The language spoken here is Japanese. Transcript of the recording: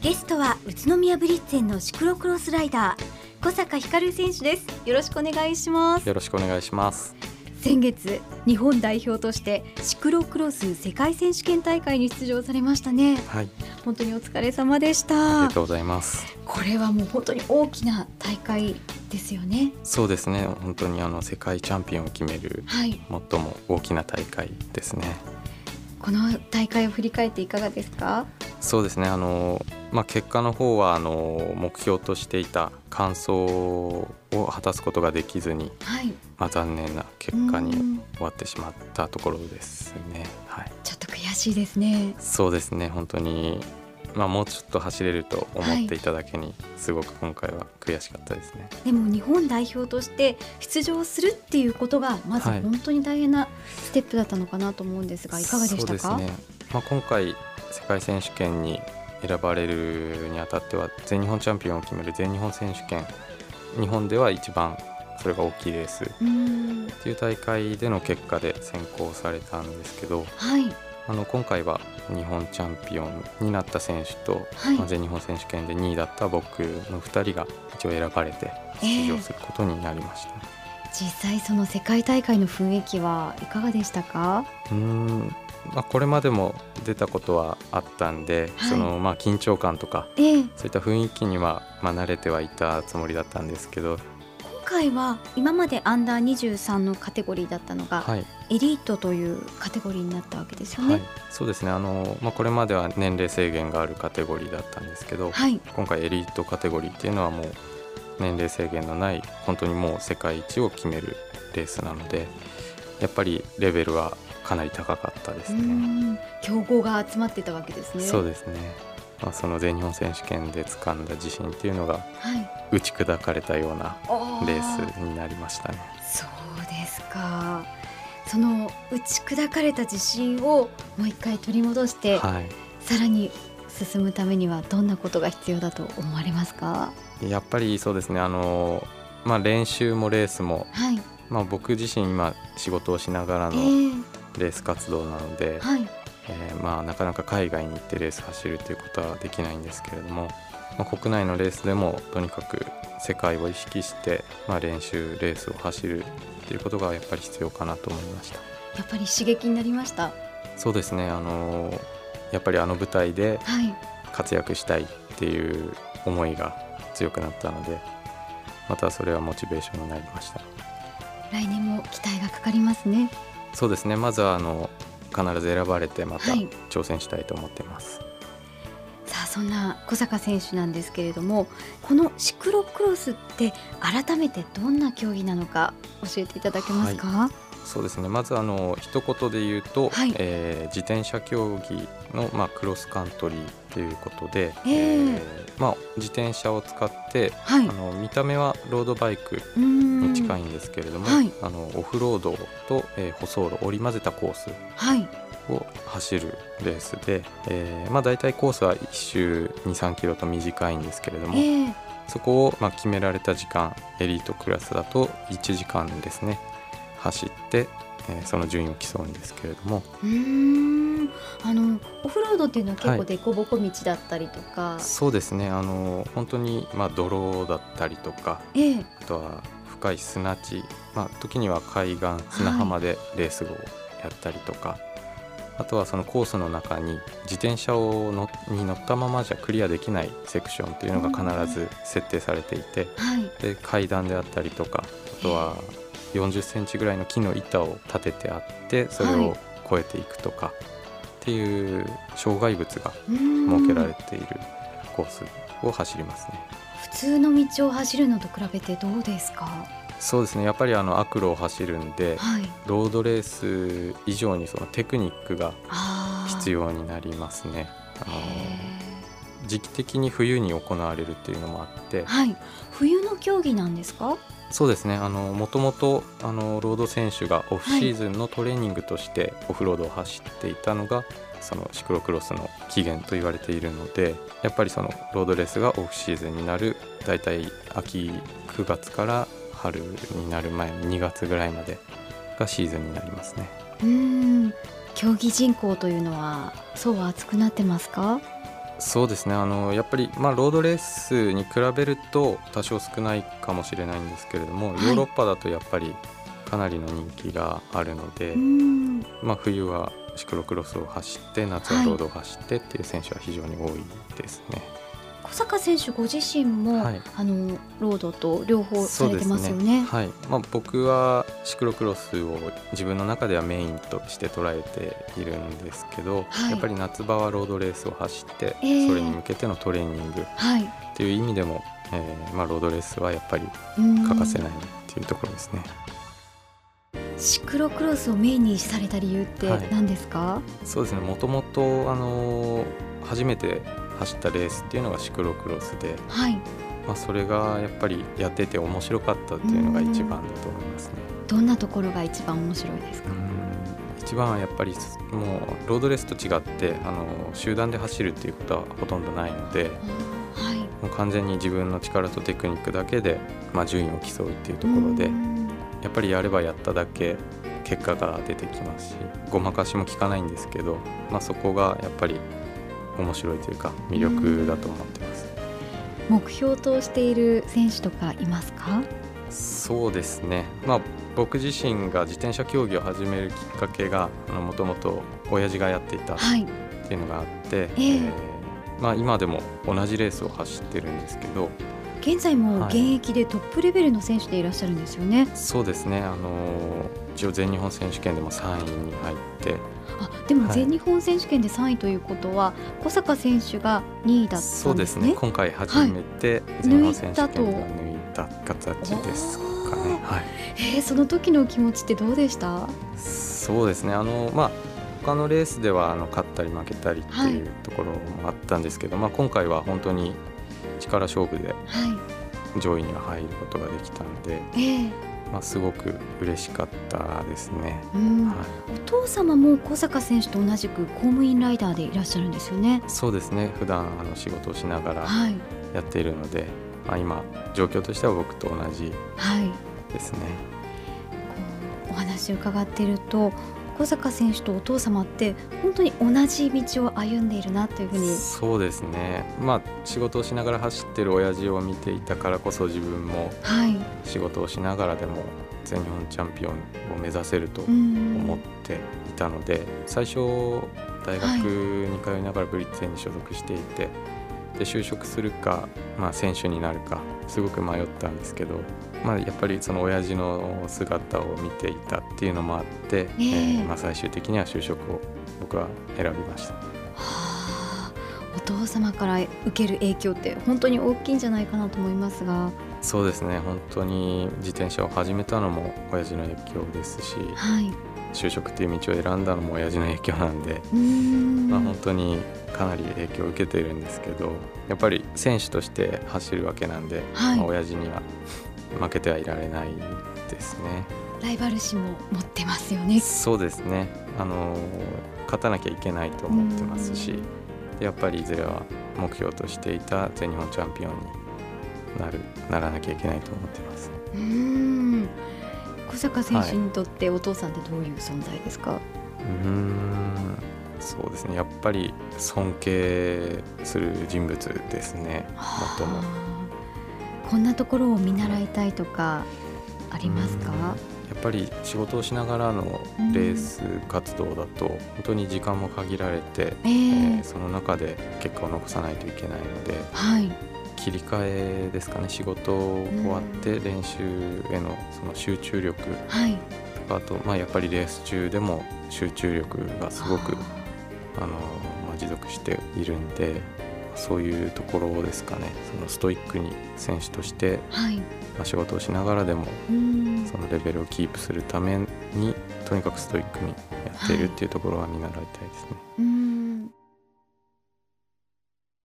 ゲストは宇都宮ブリッツェンのシクロクロスライダー小坂光選手です。よろしくお願いします。 よろしくお願いします。 先月日本代表としてシクロクロス世界選手権大会に出場されましたね。 はい、 本当にお疲れ様でした。 ありがとうございます。 これはもう本当に大きな大会ですよね。 そうですね、本当に世界チャンピオンを決める、最も大きな大会ですね。 この大会を振り返っていかがですか？ そうですね、結果の方は目標としていた完走を果たすことができずに、残念な結果に終わってしまったところですね。 ちょっと悔しいですね。 そうですね、本当に、もうちょっと走れると思っていただけに、すごく今回は悔しかったですね。 でも日本代表として出場するっていうことがまず本当に大変なステップだったのかなと思うんですが、いかがでしたか？ そうですね、今回世界選手権に選ばれるにあたっては全日本チャンピオンを決める全日本選手権、日本では一番それが大きいレースっていう大会での結果で選考されたんですけど、今回は日本チャンピオンになった選手と、全日本選手権で2位だった僕の2人が一応選ばれて出場することになりました。 実際その世界大会の雰囲気はいかがでしたか？ これまでも出たことはあったんで、緊張感とか、そういった雰囲気には、慣れてはいたつもりだったんですけど、 今回は今までアンダー23のカテゴリーだったのが、エリートというカテゴリーになったわけですよね。 そうですね、これまでは年齢制限があるカテゴリーだったんですけど、今回エリートカテゴリーっていうのはもう年齢制限のない本当にもう世界一を決めるレースなので、やっぱりレベルはかなり高かったですね。 強豪が集まってたわけですね。 そうですね、その全日本選手権で掴んだ自信っていうのが、打ち砕かれたようなレースになりましたね。 そうですか。その打ち砕かれた自信をもう一回取り戻して、さらに進むためにはどんなことが必要だと思われますか？ やっぱりそうですね、練習もレースも、僕自身今仕事をしながらのレース活動なので、なかなか海外に行ってレース走るということはできないんですけれども、国内のレースでもとにかく世界を意識して、練習レースを走るということがやっぱり必要かなと思いました。 やっぱり刺激になりました？ そうですね、やっぱり舞台で活躍したいっていう思いが強くなったので、またそれはモチベーションになりました。 来年も期待がかかりますね。 そうですね、まずは必ず選ばれてまた挑戦したいと思っています。 さあ、そんな小坂選手なんですけれども、このシクロクロスって改めてどんな競技なのか教えていただけますか？ そうですね、まず一言で言うと、自転車競技の、クロスカントリーということで、自転車を使って、見た目はロードバイクに近いんですけれども、オフロードと、舗装路織り交ぜたコースを走るレースで、だいたいコースは1周 2,3 キロと短いんですけれども、そこを、決められた時間、エリートクラスだと1時間ですね走って、その順位を競うんですけれども、 オフロードっていうのは結構凸凹道だったりとか、 そうですね、本当に泥だったりとか、あとは深い砂地、時には海岸砂浜でレースをやったりとか、あとはそのコースの中に自転車に乗ったままじゃクリアできないセクションというのが必ず設定されていて、で階段であったりとか、あとは40センチぐらいの木の板を立ててあって、それを越えていくとかっていう障害物が設けられているコースを走りますね。 普通の道を走るのと比べてどうですか？ そうですね、やっぱり悪路を走るんで、ロードレース以上にそのテクニックが必要になりますね。時期的に冬に行われるっていうのもあって、 冬の競技なんですか？ そうですね、もともとロード選手がオフシーズンのトレーニングとしてオフロードを走っていたのが、そのシクロクロスの起源と言われているので、やっぱりそのロードレースがオフシーズンになるだいたい秋9月から春になる前の2月ぐらいまでがシーズンになりますね。 競技人口というのはそうは厚くなってますか？ そうですね、やっぱり、ロードレースに比べると多少少ないかもしれないんですけれども、ヨーロッパだとやっぱりかなりの人気があるので、冬はシクロクロスを走って夏はロードを走ってっていう選手は非常に多いですね。 小坂選手ご自身も、ロードと両方されてますよね。 はい、僕はシクロクロスを自分の中ではメインとして捉えているんですけど、やっぱり夏場はロードレースを走って、それに向けてのトレーニングっていう意味でも、ロードレースはやっぱり欠かせないっていうところですね。 シクロクロスをメインにされた理由って何ですか？ そうですね、もともと初めて走ったレースっていうのがシクロクロスで、それがやっぱりやってて面白かったっていうのが一番だと思いますね。 どんなところが一番面白いですか？ 一番はやっぱりもうロードレースと違って集団で走るっていうことはほとんどないので、もう完全に自分の力とテクニックだけで、順位を競うっていうところで、やっぱりやればやっただけ結果が出てきますし、ごまかしも効かないんですけど、そこがやっぱり面白いというか魅力だと思ってます。 目標としている選手とかいますか？ そうですね、僕自身が自転車競技を始めるきっかけがもともと親父がやっていたっていうのがあって、今でも同じレースを走ってるんですけど、 現在も現役でトップレベルの選手でいらっしゃるんですよね。 そうですね、一応全日本選手権でも3位に入って、 でも全日本選手権で3位ということは、小坂選手が2位だったんですね。そうですね、 今回初めて全日本選手権で抜いた形ですかね。 その時の気持ちってどうでした？ そうですね、他のレースでは勝ったり負けたりっていうところもあったんですけど、今回は本当に力勝負で上位には入ることができたので、すごく嬉しかったですね。 お父様も小坂選手と同じく公務員ライダーでいらっしゃるんですよね。そうですね、普段仕事をしながらやっているので、今状況としては僕と同じですね。 お話を伺っていると、小坂選手とお父様って本当に同じ道を歩んでいるなというふうに。 そうですね、仕事をしながら走ってる親父を見ていたからこそ、自分も仕事をしながらでも全日本チャンピオンを目指せると思っていたので、最初大学に通いながらブリッツェに所属していて、で就職するか、選手になるかすごく迷ったんですけど、やっぱりその親父の姿を見ていたっていうのもあって、最終的には就職を僕は選びました。 お父様から受ける影響って本当に大きいんじゃないかなと思いますが。 そうですね、本当に自転車を始めたのも親父の影響ですし、就職っていう道を選んだのも親父の影響なんで、本当にかなり影響を受けているんですけど、やっぱり選手として走るわけなんで、親父には負けてはいられないですね。 ライバル心も持ってますよね。 そうですね、勝たなきゃいけないと思ってますし、やっぱりいずれは目標としていた全日本チャンピオンにならなきゃいけないと思ってます。 小坂選手にとってお父さんってどういう存在ですか？ そうですね、やっぱり尊敬する人物ですね。最もこんなところを見習いたいとかありますか？ やっぱり仕事をしながらのレース活動だと本当に時間も限られて、その中で結果を残さないといけないので、切り替えですかね、仕事終わって練習へのその集中力とか、あとやっぱりレース中でも集中力がすごく持続しているんで、そういうところですかね。そのストイックに選手として、仕事をしながらでもそのレベルをキープするためにとにかくストイックにやっているっていうところは見習いたいですね。